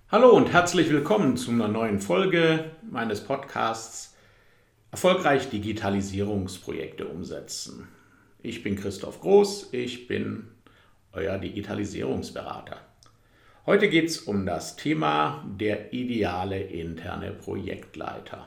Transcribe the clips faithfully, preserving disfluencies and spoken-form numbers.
Hallo und herzlich willkommen zu einer neuen Folge meines Podcasts Erfolgreich Digitalisierungsprojekte umsetzen. Ich bin Christoph Groß, ich bin euer Digitalisierungsberater. Heute geht es um das Thema der ideale interne Projektleiter.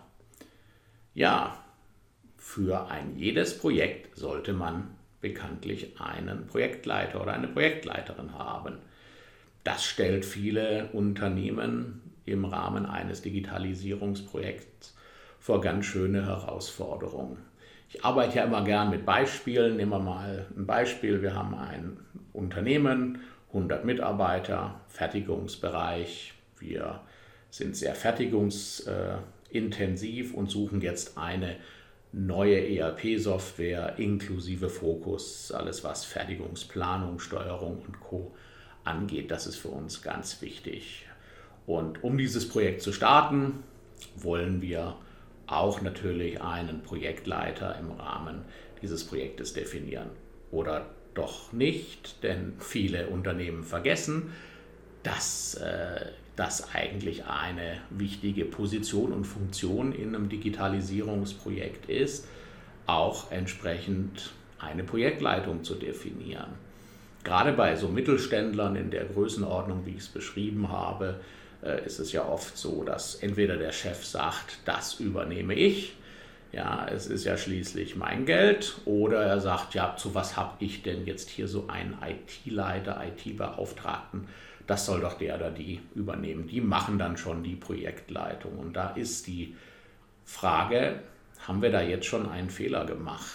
Ja, für ein jedes Projekt sollte man bekanntlich einen Projektleiter oder eine Projektleiterin haben. Das stellt viele Unternehmen im Rahmen eines Digitalisierungsprojekts vor ganz schöne Herausforderungen. Ich arbeite ja immer gern mit Beispielen. Nehmen wir mal ein Beispiel. Wir haben ein Unternehmen, hundert Mitarbeiter, Fertigungsbereich. Wir sind sehr fertigungsintensiv und suchen jetzt eine neue E R P-Software inklusive Fokus, alles was Fertigungsplanung, Steuerung und Co. angeht. Das ist für uns ganz wichtig. Und um dieses Projekt zu starten, wollen wir auch natürlich einen Projektleiter im Rahmen dieses Projektes definieren. Oder doch nicht, denn viele Unternehmen vergessen, dass äh, das eigentlich eine wichtige Position und Funktion in einem Digitalisierungsprojekt ist, auch entsprechend eine Projektleitung zu definieren. Gerade bei so Mittelständlern in der Größenordnung, wie ich es beschrieben habe, ist es ja oft so, dass entweder der Chef sagt, das übernehme ich, ja, es ist ja schließlich mein Geld, oder er sagt, ja, zu was habe ich denn jetzt hier so einen I T-Leiter, I T-Beauftragten, das soll doch der oder die übernehmen. Die machen dann schon die Projektleitung. Und da ist die Frage, haben wir da jetzt schon einen Fehler gemacht?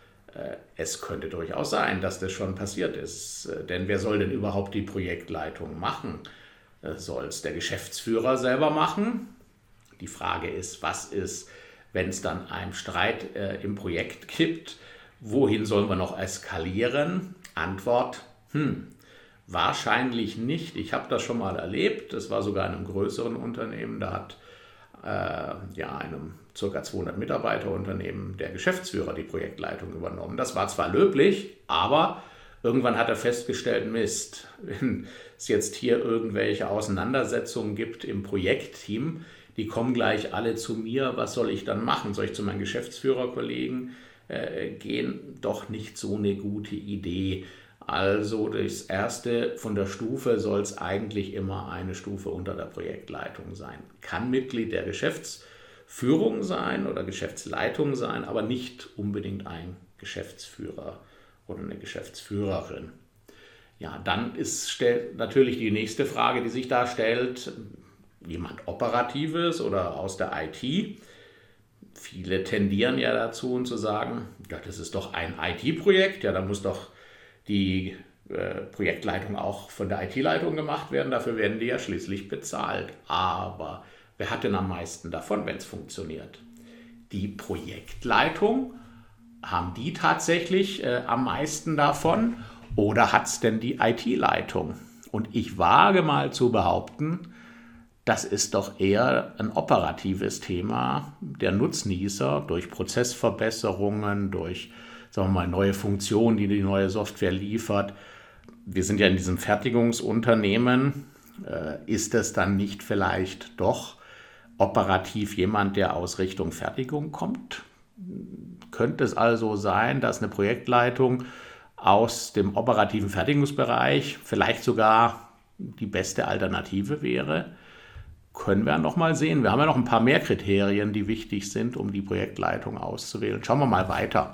Es könnte durchaus sein, dass das schon passiert ist, denn wer soll denn überhaupt die Projektleitung machen? Soll es der Geschäftsführer selber machen? Die Frage ist, was ist, wenn es dann einen Streit äh, im Projekt gibt? Wohin sollen wir noch eskalieren? Antwort, hm, wahrscheinlich nicht. Ich habe das schon mal erlebt, das war sogar in einem größeren Unternehmen, da hat äh, ja einem ca. zweihundert Mitarbeiter Unternehmen der Geschäftsführer die Projektleitung übernommen. Das war zwar löblich, aber irgendwann hat er festgestellt, Mist, wenn es jetzt hier irgendwelche Auseinandersetzungen gibt im Projektteam, die kommen gleich alle zu mir, was soll ich dann machen? Soll ich zu meinen Geschäftsführerkollegen äh, gehen? Doch nicht so eine gute Idee. Also das erste von der Stufe soll es eigentlich immer eine Stufe unter der Projektleitung sein. Kann Mitglied der Geschäftsführung sein oder Geschäftsleitung sein, aber nicht unbedingt ein Geschäftsführer oder eine Geschäftsführerin. Ja, dann ist stellt natürlich die nächste Frage, die sich da stellt, jemand Operatives oder aus der I T. Viele tendieren ja dazu und zu sagen, ja, das ist doch ein I T-Projekt, ja, da muss doch die äh, Projektleitung auch von der I T-Leitung gemacht werden, dafür werden die ja schließlich bezahlt. Aber wer hat denn am meisten davon, wenn es funktioniert? Die Projektleitung, haben die tatsächlich äh, am meisten davon oder hat es denn die I T-Leitung? Und ich wage mal zu behaupten, das ist doch eher ein operatives Thema. Der Nutznießer durch Prozessverbesserungen, durch sagen wir mal, neue Funktionen, die die neue Software liefert. Wir sind ja in diesem Fertigungsunternehmen. Äh, ist es dann nicht vielleicht doch operativ jemand, der aus Richtung Fertigung kommt? Könnte es also sein, dass eine Projektleitung aus dem operativen Fertigungsbereich vielleicht sogar die beste Alternative wäre? Können wir noch mal sehen. Wir haben ja noch ein paar mehr Kriterien, die wichtig sind, um die Projektleitung auszuwählen. Schauen wir mal weiter.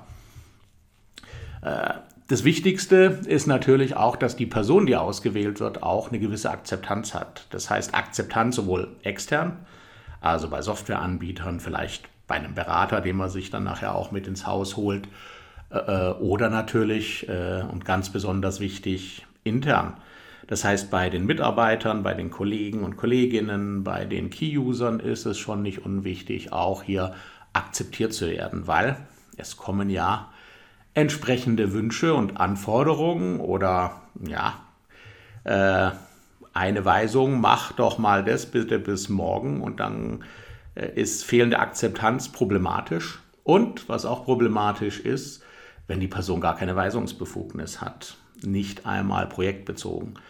Das Wichtigste ist natürlich auch, dass die Person, die ausgewählt wird, auch eine gewisse Akzeptanz hat. Das heißt Akzeptanz sowohl extern, also bei Softwareanbietern, vielleicht bei einem Berater, den man sich dann nachher auch mit ins Haus holt, oder natürlich und ganz besonders wichtig intern. Das heißt, bei den Mitarbeitern, bei den Kollegen und Kolleginnen, bei den Key-Usern ist es schon nicht unwichtig, auch hier akzeptiert zu werden, weil es kommen ja entsprechende Wünsche und Anforderungen oder ja, äh, eine Weisung, mach doch mal das bitte bis morgen und dann äh, ist fehlende Akzeptanz problematisch. Und was auch problematisch ist, wenn die Person gar keine Weisungsbefugnis hat, nicht einmal projektbezogen.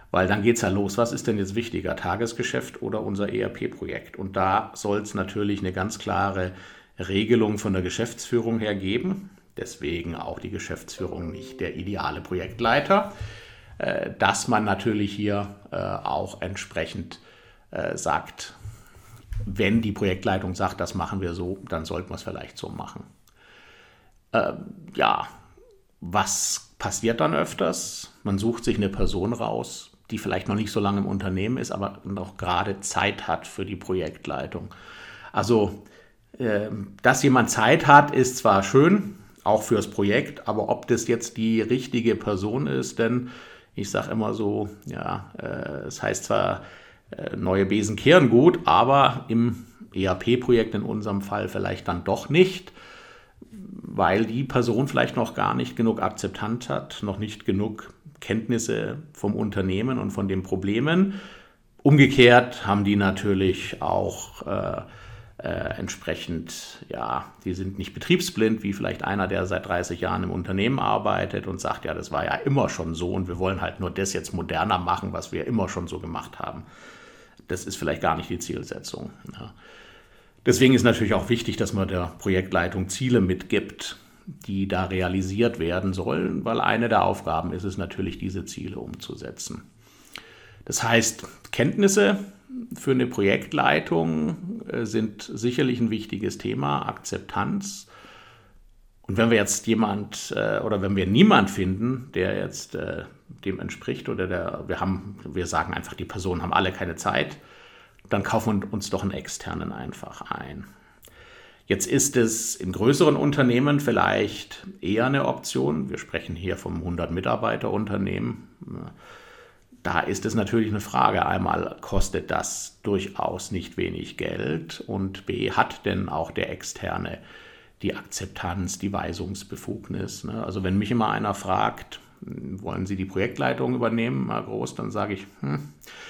Weil dann geht es ja los, was ist denn jetzt wichtiger, Tagesgeschäft oder unser E R P-Projekt? Und da soll es natürlich eine ganz klare Regelung von der Geschäftsführung her geben. Deswegen auch die Geschäftsführung nicht der ideale Projektleiter, äh, dass man natürlich hier äh, auch entsprechend äh, sagt, wenn die Projektleitung sagt, das machen wir so, dann sollten wir es vielleicht so machen. Äh, ja, was passiert dann öfters? Man sucht sich eine Person raus, die vielleicht noch nicht so lange im Unternehmen ist, aber noch gerade Zeit hat für die Projektleitung. Also, äh, dass jemand Zeit hat, ist zwar schön, auch fürs Projekt, aber ob das jetzt die richtige Person ist, denn ich sage immer so, ja, äh, es heißt zwar, äh, neue Besen kehren gut, aber im E R P-Projekt in unserem Fall vielleicht dann doch nicht, weil die Person vielleicht noch gar nicht genug Akzeptanz hat, noch nicht genug Kenntnisse vom Unternehmen und von den Problemen. Umgekehrt haben die natürlich auch äh, äh, entsprechend, ja, die sind nicht betriebsblind, wie vielleicht einer, der seit dreißig Jahren im Unternehmen arbeitet und sagt, ja, das war ja immer schon so und wir wollen halt nur das jetzt moderner machen, was wir immer schon so gemacht haben. Das ist vielleicht gar nicht die Zielsetzung. Ja. Deswegen ist natürlich auch wichtig, dass man der Projektleitung Ziele mitgibt, die da realisiert werden sollen, weil eine der Aufgaben ist es natürlich, diese Ziele umzusetzen. Das heißt, Kenntnisse für eine Projektleitung sind sicherlich ein wichtiges Thema, Akzeptanz. Und wenn wir jetzt jemand oder wenn wir niemand finden, der jetzt dem entspricht oder der, wir haben, wir sagen einfach, die Personen haben alle keine Zeit, dann kaufen wir uns doch einen externen einfach ein. Jetzt ist es in größeren Unternehmen vielleicht eher eine Option. Wir sprechen hier vom hundert-Mitarbeiter-Unternehmen. Da ist es natürlich eine Frage. Einmal kostet das durchaus nicht wenig Geld und B, hat denn auch der Externe die Akzeptanz, die Weisungsbefugnis? Also wenn mich immer einer fragt, wollen Sie die Projektleitung übernehmen, mal groß, dann sage ich, hm,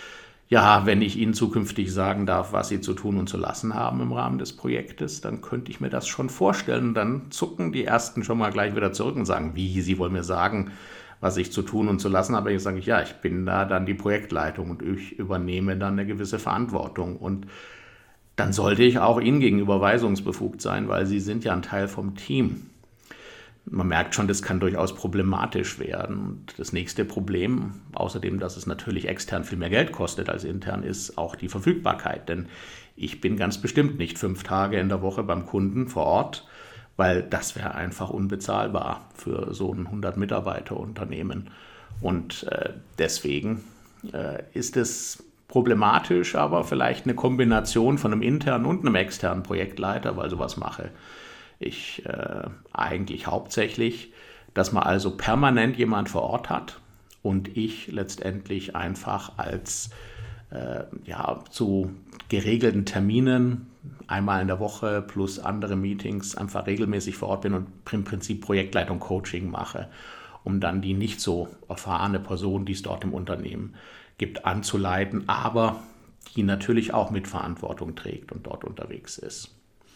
ja, wenn ich Ihnen zukünftig sagen darf, was Sie zu tun und zu lassen haben im Rahmen des Projektes, dann könnte ich mir das schon vorstellen. Dann zucken die Ersten schon mal gleich wieder zurück und sagen, wie, Sie wollen mir sagen, was ich zu tun und zu lassen habe. Ich sage, ja, ich bin da dann die Projektleitung und ich übernehme dann eine gewisse Verantwortung. Und dann sollte ich auch Ihnen gegenüber weisungsbefugt sein, weil Sie sind ja ein Teil vom Team. Man merkt schon, das kann durchaus problematisch werden. Und das nächste Problem, außerdem, dass es natürlich extern viel mehr Geld kostet als intern, ist auch die Verfügbarkeit. Denn ich bin ganz bestimmt nicht fünf Tage in der Woche beim Kunden vor Ort, weil das wäre einfach unbezahlbar für so ein hundert-Mitarbeiter-Unternehmen. Und äh, deswegen äh, ist es problematisch, aber vielleicht eine Kombination von einem internen und einem externen Projektleiter, weil sowas mache ich äh, eigentlich hauptsächlich, dass man also permanent jemand vor Ort hat und ich letztendlich einfach als äh, ja, zu geregelten Terminen einmal in der Woche plus andere Meetings einfach regelmäßig vor Ort bin und im Prinzip Projektleitung, Coaching mache, um dann die nicht so erfahrene Person, die es dort im Unternehmen gibt, anzuleiten, aber die natürlich auch mit Verantwortung trägt und dort unterwegs ist.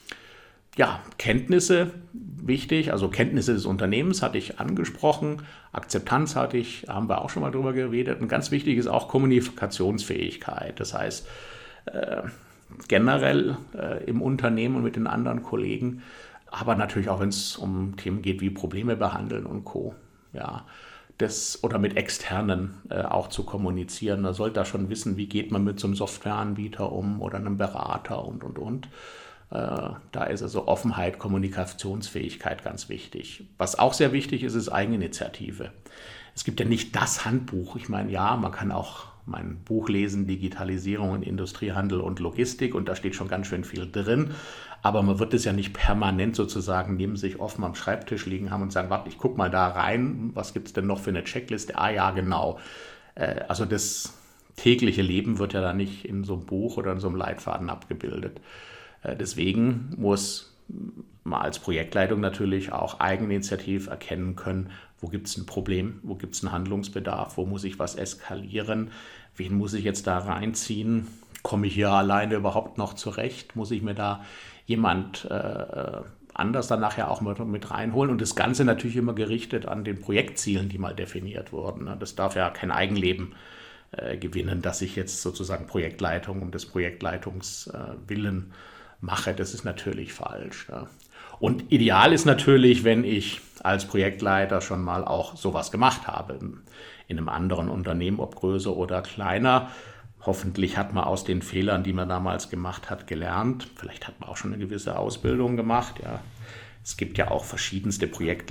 Ja, Kenntnisse, wichtig, also Kenntnisse des Unternehmens hatte ich angesprochen, Akzeptanz hatte ich, haben wir auch schon mal drüber geredet und ganz wichtig ist auch Kommunikationsfähigkeit, das heißt äh, generell äh, im Unternehmen und mit den anderen Kollegen, aber natürlich auch wenn es um Themen geht wie Probleme behandeln und Co. Ja, das, oder mit Externen äh, auch zu kommunizieren, da sollte da schon wissen, wie geht man mit so einem Softwareanbieter um oder einem Berater und und und. Da ist also Offenheit, Kommunikationsfähigkeit ganz wichtig. Was auch sehr wichtig ist, ist Eigeninitiative. Es gibt ja nicht das Handbuch. Ich meine, ja, man kann auch mein Buch lesen, Digitalisierung in Industrie, Handel und Logistik, und da steht schon ganz schön viel drin. Aber man wird es ja nicht permanent sozusagen neben sich offen am Schreibtisch liegen haben und sagen, warte, ich gucke mal da rein, was gibt es denn noch für eine Checkliste? Ah ja, genau. Also das tägliche Leben wird ja da nicht in so einem Buch oder in so einem Leitfaden abgebildet. Deswegen muss man als Projektleitung natürlich auch eigeninitiativ erkennen können, wo gibt es ein Problem, wo gibt es einen Handlungsbedarf, wo muss ich was eskalieren, wen muss ich jetzt da reinziehen, komme ich hier alleine überhaupt noch zurecht, muss ich mir da jemand äh, anders dann nachher auch mit, mit reinholen, und das Ganze natürlich immer gerichtet an den Projektzielen, die mal definiert wurden. Das darf ja kein Eigenleben äh, gewinnen, dass ich jetzt sozusagen Projektleitung um des Projektleitungswillen äh, mache. Das ist natürlich falsch. Ja. Und ideal ist natürlich, wenn ich als Projektleiter schon mal auch sowas gemacht habe, in einem anderen Unternehmen, ob größer oder kleiner. Hoffentlich hat man aus den Fehlern, die man damals gemacht hat, gelernt. Vielleicht hat man auch schon eine gewisse Ausbildung gemacht. Ja. Es gibt ja auch verschiedenste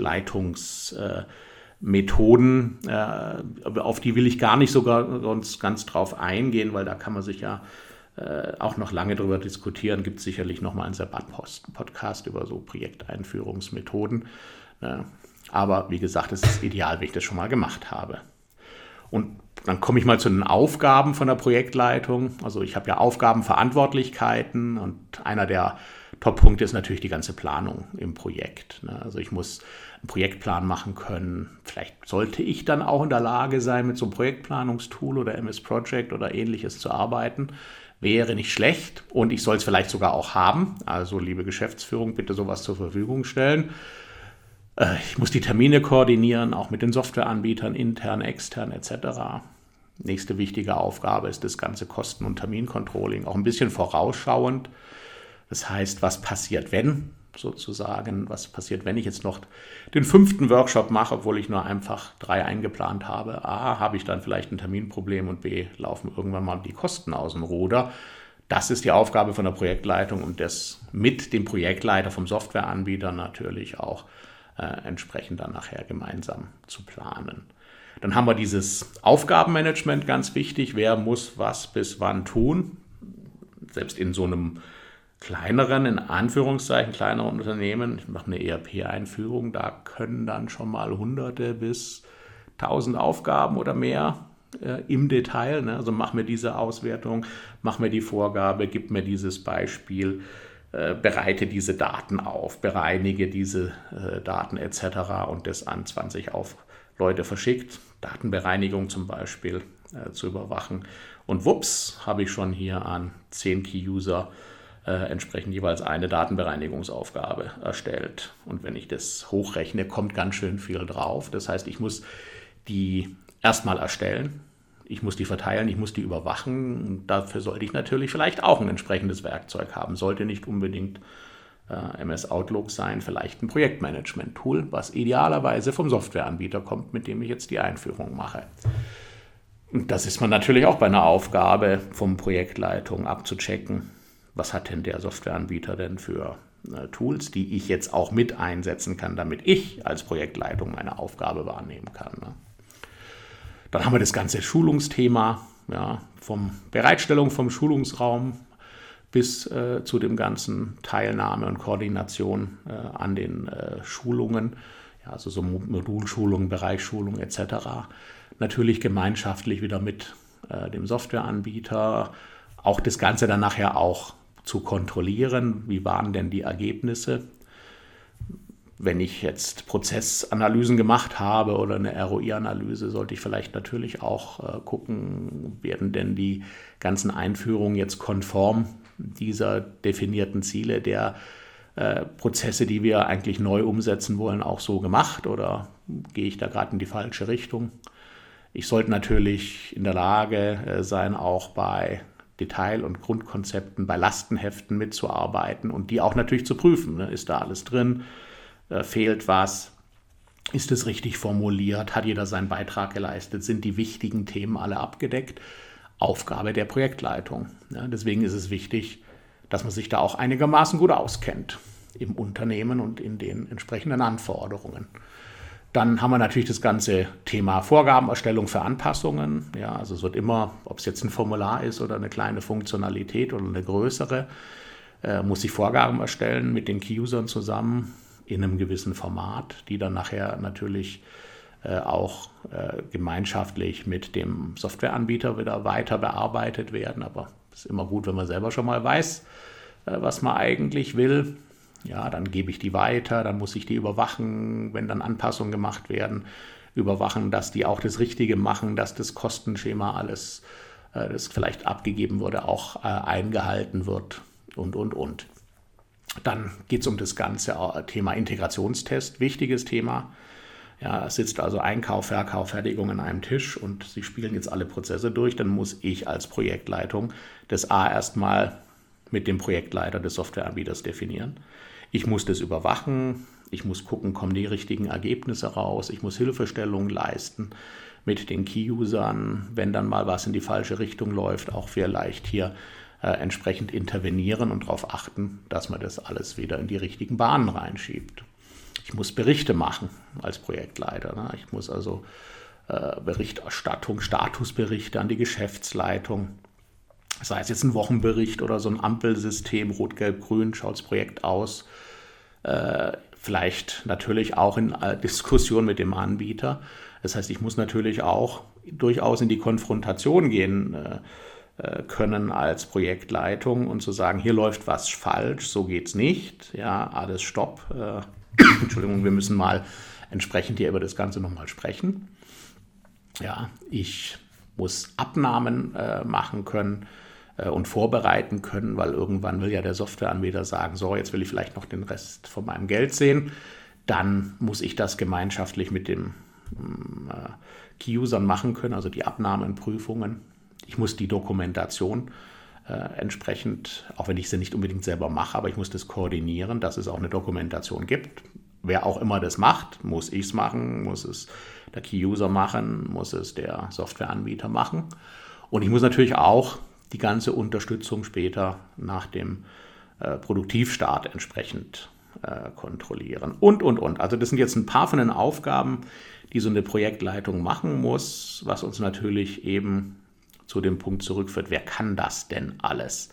Projektleitungsmethoden, äh, äh, auf die will ich gar nicht sogar ganz, ganz drauf eingehen, weil da kann man sich ja äh, auch noch lange drüber diskutieren. Gibt es sicherlich nochmal einen Sabbat-Podcast über so Projekteinführungsmethoden. Äh, aber wie gesagt, es ist ideal, wenn ich das schon mal gemacht habe. Und dann komme ich mal zu den Aufgaben von der Projektleitung. Also ich habe ja Aufgaben, Verantwortlichkeiten und einer der Top-Punkte ist natürlich die ganze Planung im Projekt. Also ich muss einen Projektplan machen können. Vielleicht sollte ich dann auch in der Lage sein, mit so einem Projektplanungstool oder M S Project oder ähnliches zu arbeiten. Wäre nicht schlecht und ich soll es vielleicht sogar auch haben. Also liebe Geschäftsführung, bitte sowas zur Verfügung stellen. Ich muss die Termine koordinieren, auch mit den Softwareanbietern, intern, extern et cetera. Nächste wichtige Aufgabe ist das ganze Kosten- und Termincontrolling, auch ein bisschen vorausschauend. Das heißt, was passiert, wenn sozusagen, was passiert, wenn ich jetzt noch den fünften Workshop mache, obwohl ich nur einfach drei eingeplant habe. A, habe ich dann vielleicht ein Terminproblem und B, laufen irgendwann mal die Kosten aus dem Ruder. Das ist die Aufgabe von der Projektleitung und das mit dem Projektleiter vom Softwareanbieter natürlich auch äh, entsprechend dann nachher gemeinsam zu planen. Dann haben wir dieses Aufgabenmanagement, ganz wichtig. Wer muss was bis wann tun? Selbst in so einem kleineren, in Anführungszeichen, kleineren Unternehmen, ich mache eine E R P-Einführung, da können dann schon mal hunderte bis tausend Aufgaben oder mehr äh, im Detail. Ne? Also mach mir diese Auswertung, mach mir die Vorgabe, gib mir dieses Beispiel, äh, bereite diese Daten auf, bereinige diese äh, Daten et cetera und das an zwanzig auf Leute verschickt, Datenbereinigung zum Beispiel äh, zu überwachen. Und wups, habe ich schon hier an zehn Key-User äh, entsprechend jeweils eine Datenbereinigungsaufgabe erstellt. Und wenn ich das hochrechne, kommt ganz schön viel drauf. Das heißt, ich muss die erstmal erstellen, ich muss die verteilen, ich muss die überwachen. Und dafür sollte ich natürlich vielleicht auch ein entsprechendes Werkzeug haben. Sollte nicht unbedingt äh, M S Outlook sein, vielleicht ein Projektmanagement-Tool, was idealerweise vom Softwareanbieter kommt, mit dem ich jetzt die Einführung mache. Und das ist man natürlich auch bei einer Aufgabe vom Projektleitung abzuchecken. Was hat denn der Softwareanbieter denn für äh, Tools, die ich jetzt auch mit einsetzen kann, damit ich als Projektleitung meine Aufgabe wahrnehmen kann. Ne? Dann haben wir das ganze Schulungsthema, ja, vom Bereitstellung vom Schulungsraum bis äh, zu dem ganzen Teilnahme und Koordination äh, an den äh, Schulungen, ja, also so Modulschulungen, Bereichsschulungen et cetera. Natürlich gemeinschaftlich wieder mit äh, dem Softwareanbieter, auch das Ganze dann nachher auch zu kontrollieren, wie waren denn die Ergebnisse. Wenn ich jetzt Prozessanalysen gemacht habe oder eine R O I-Analyse, sollte ich vielleicht natürlich auch äh, gucken, werden denn die ganzen Einführungen jetzt konform dieser definierten Ziele der äh, Prozesse, die wir eigentlich neu umsetzen wollen, auch so gemacht oder gehe ich da gerade in die falsche Richtung? Ich sollte natürlich in der Lage äh, sein, auch bei Detail- und Grundkonzepten, bei Lastenheften mitzuarbeiten und die auch natürlich zu prüfen. Ne? Ist da alles drin? Äh, fehlt was? Ist es richtig formuliert? Hat jeder seinen Beitrag geleistet? Sind die wichtigen Themen alle abgedeckt? Aufgabe der Projektleitung. Ja? Deswegen ist es wichtig, dass man sich da auch einigermaßen gut auskennt im Unternehmen und in den entsprechenden Anforderungen. Dann haben wir natürlich das ganze Thema Vorgabenerstellung für Anpassungen. Ja, also es wird immer, ob es jetzt ein Formular ist oder eine kleine Funktionalität oder eine größere, äh, muss ich Vorgaben erstellen mit den Key-Usern zusammen in einem gewissen Format, die dann nachher natürlich äh, auch äh, gemeinschaftlich mit dem Softwareanbieter wieder weiter bearbeitet werden. Aber es ist immer gut, wenn man selber schon mal weiß, äh, was man eigentlich will. Ja, dann gebe ich die weiter, dann muss ich die überwachen, wenn dann Anpassungen gemacht werden, überwachen, dass die auch das Richtige machen, dass das Kostenschema alles, äh, das vielleicht abgegeben wurde, auch äh, eingehalten wird und, und, und. Dann geht es um das ganze Thema Integrationstest, wichtiges Thema. Ja, es sitzt also Einkauf, Verkauf, Fertigung an einem Tisch und Sie spielen jetzt alle Prozesse durch, dann muss ich als Projektleitung das A erstmal mit dem Projektleiter des Softwareanbieters definieren. Ich muss das überwachen, ich muss gucken, kommen die richtigen Ergebnisse raus, ich muss Hilfestellung leisten mit den Key-Usern, wenn dann mal was in die falsche Richtung läuft, auch vielleicht hier äh, entsprechend intervenieren und darauf achten, dass man das alles wieder in die richtigen Bahnen reinschiebt. Ich muss Berichte machen als Projektleiter. Ne? Ich muss also äh, Berichterstattung, Statusberichte an die Geschäftsleitung, sei es jetzt ein Wochenbericht oder so ein Ampelsystem, Rot, Gelb, Grün, schaut das Projekt aus. Äh, vielleicht natürlich auch in äh, Diskussion mit dem Anbieter. Das heißt, ich muss natürlich auch durchaus in die Konfrontation gehen äh, können als Projektleitung und zu sagen, hier läuft was falsch, so geht's nicht. Ja, alles stopp. Äh, Entschuldigung, wir müssen mal entsprechend hier über das Ganze nochmal sprechen. Ja, ich muss Abnahmen äh, machen können äh, und vorbereiten können, weil irgendwann will ja der Softwareanbieter sagen, so, jetzt will ich vielleicht noch den Rest von meinem Geld sehen. Dann muss ich das gemeinschaftlich mit den äh, Key-Usern machen können, also die Abnahmenprüfungen. Ich muss die Dokumentation äh, entsprechend, auch wenn ich sie nicht unbedingt selber mache, aber ich muss das koordinieren, dass es auch eine Dokumentation gibt. Wer auch immer das macht, muss ich es machen, muss es der Key-User machen, muss es der Softwareanbieter machen. Und ich muss natürlich auch die ganze Unterstützung später nach dem äh, Produktivstart entsprechend äh, kontrollieren. Und, und, und. Also das sind jetzt ein paar von den Aufgaben, die so eine Projektleitung machen muss, was uns natürlich eben zu dem Punkt zurückführt, wer kann das denn alles?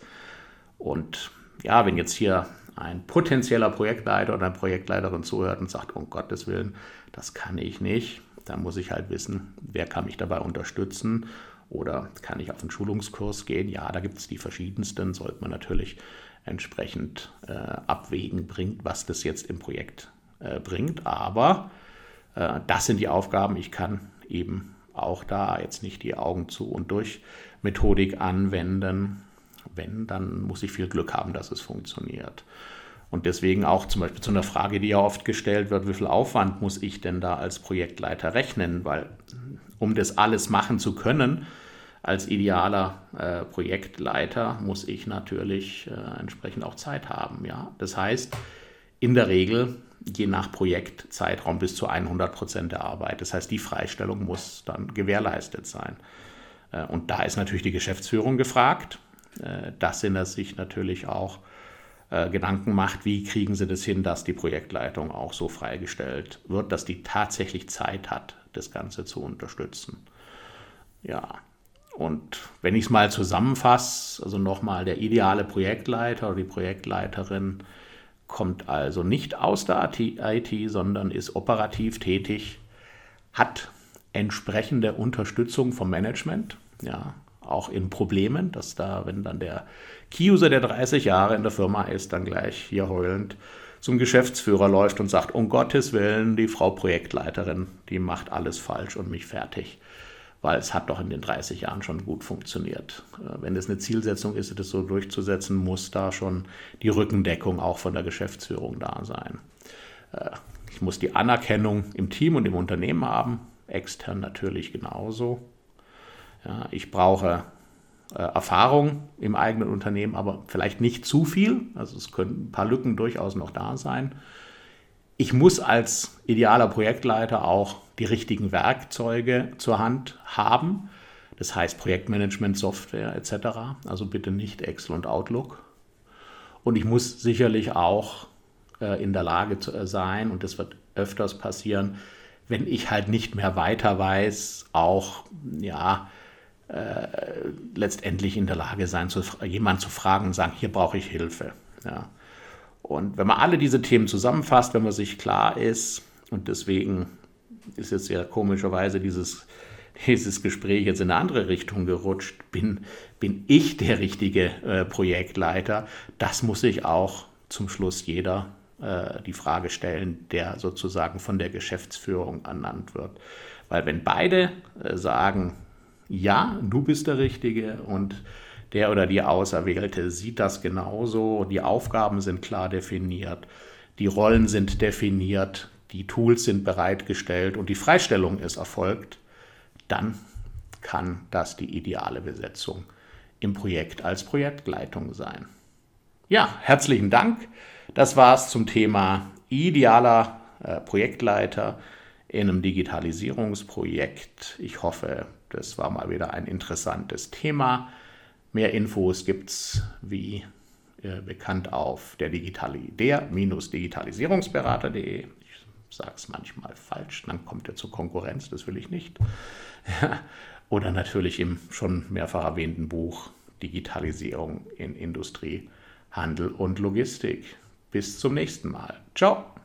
Und ja, wenn jetzt hier ein potenzieller Projektleiter oder eine Projektleiterin zuhört und sagt, um Gottes Willen, das kann ich nicht, dann muss ich halt wissen, wer kann mich dabei unterstützen oder kann ich auf einen Schulungskurs gehen? Ja, da gibt es die verschiedensten, sollte man natürlich entsprechend äh, abwägen, bringt, was das jetzt im Projekt äh, bringt, aber äh, das sind die Aufgaben, ich kann eben auch da jetzt nicht die Augen zu und durch Methodik anwenden. Wenn, dann muss ich viel Glück haben, dass es funktioniert. Und deswegen auch zum Beispiel zu einer Frage, die ja oft gestellt wird, wie viel Aufwand muss ich denn da als Projektleiter rechnen? Weil um das alles machen zu können, als idealer äh, Projektleiter muss ich natürlich äh, entsprechend auch Zeit haben. Ja? Das heißt, in der Regel je nach Projektzeitraum bis zu hundert Prozent der Arbeit. Das heißt, die Freistellung muss dann gewährleistet sein. Und da ist natürlich die Geschäftsführung gefragt, dass sie sich natürlich auch Gedanken macht, wie kriegen sie das hin, dass die Projektleitung auch so freigestellt wird, dass die tatsächlich Zeit hat, das Ganze zu unterstützen. Ja, und wenn ich es mal zusammenfasse, also nochmal der ideale Projektleiter oder die Projektleiterin kommt also nicht aus der I T, sondern ist operativ tätig, hat entsprechende Unterstützung vom Management, ja, auch in Problemen, dass da, wenn dann der Key-User, der dreißig Jahre in der Firma ist, dann gleich hier heulend zum Geschäftsführer läuft und sagt, um Gottes Willen, die Frau Projektleiterin, die macht alles falsch und mich fertig, weil es hat doch in den dreißig Jahren schon gut funktioniert. Wenn es eine Zielsetzung ist, das so durchzusetzen, muss da schon die Rückendeckung auch von der Geschäftsführung da sein. Ich muss die Anerkennung im Team und im Unternehmen haben, extern natürlich genauso. Ja, ich brauche äh, Erfahrung im eigenen Unternehmen, aber vielleicht nicht zu viel. Also es können ein paar Lücken durchaus noch da sein. Ich muss als idealer Projektleiter auch die richtigen Werkzeuge zur Hand haben. Das heißt Projektmanagement, Software et cetera. Also bitte nicht Excel und Outlook. Und ich muss sicherlich auch äh, in der Lage zu, äh, sein, und das wird öfters passieren, wenn ich halt nicht mehr weiter weiß, auch ja, äh, letztendlich in der Lage sein, zu, jemanden zu fragen und sagen, hier brauche ich Hilfe. Ja. Und wenn man alle diese Themen zusammenfasst, wenn man sich klar ist, und deswegen ist jetzt ja komischerweise dieses, dieses Gespräch jetzt in eine andere Richtung gerutscht, bin, bin ich der richtige äh, Projektleiter, das muss sich auch zum Schluss jeder äh, die Frage stellen, der sozusagen von der Geschäftsführung ernannt wird. Weil wenn beide äh, sagen, ja, du bist der Richtige und der oder die Auserwählte sieht das genauso, die Aufgaben sind klar definiert, die Rollen sind definiert, die Tools sind bereitgestellt und die Freistellung ist erfolgt, dann kann das die ideale Besetzung im Projekt als Projektleitung sein. Ja, herzlichen Dank. Das war es zum Thema idealer äh, Projektleiter in einem Digitalisierungsprojekt. Ich hoffe, das war mal wieder ein interessantes Thema. Mehr Infos gibt es wie äh, bekannt auf der digitalisierungsberater punkt de. Ich sage es manchmal falsch, dann kommt er zur Konkurrenz, das will ich nicht. Oder natürlich im schon mehrfach erwähnten Buch Digitalisierung in Industrie, Handel und Logistik. Bis zum nächsten Mal. Ciao.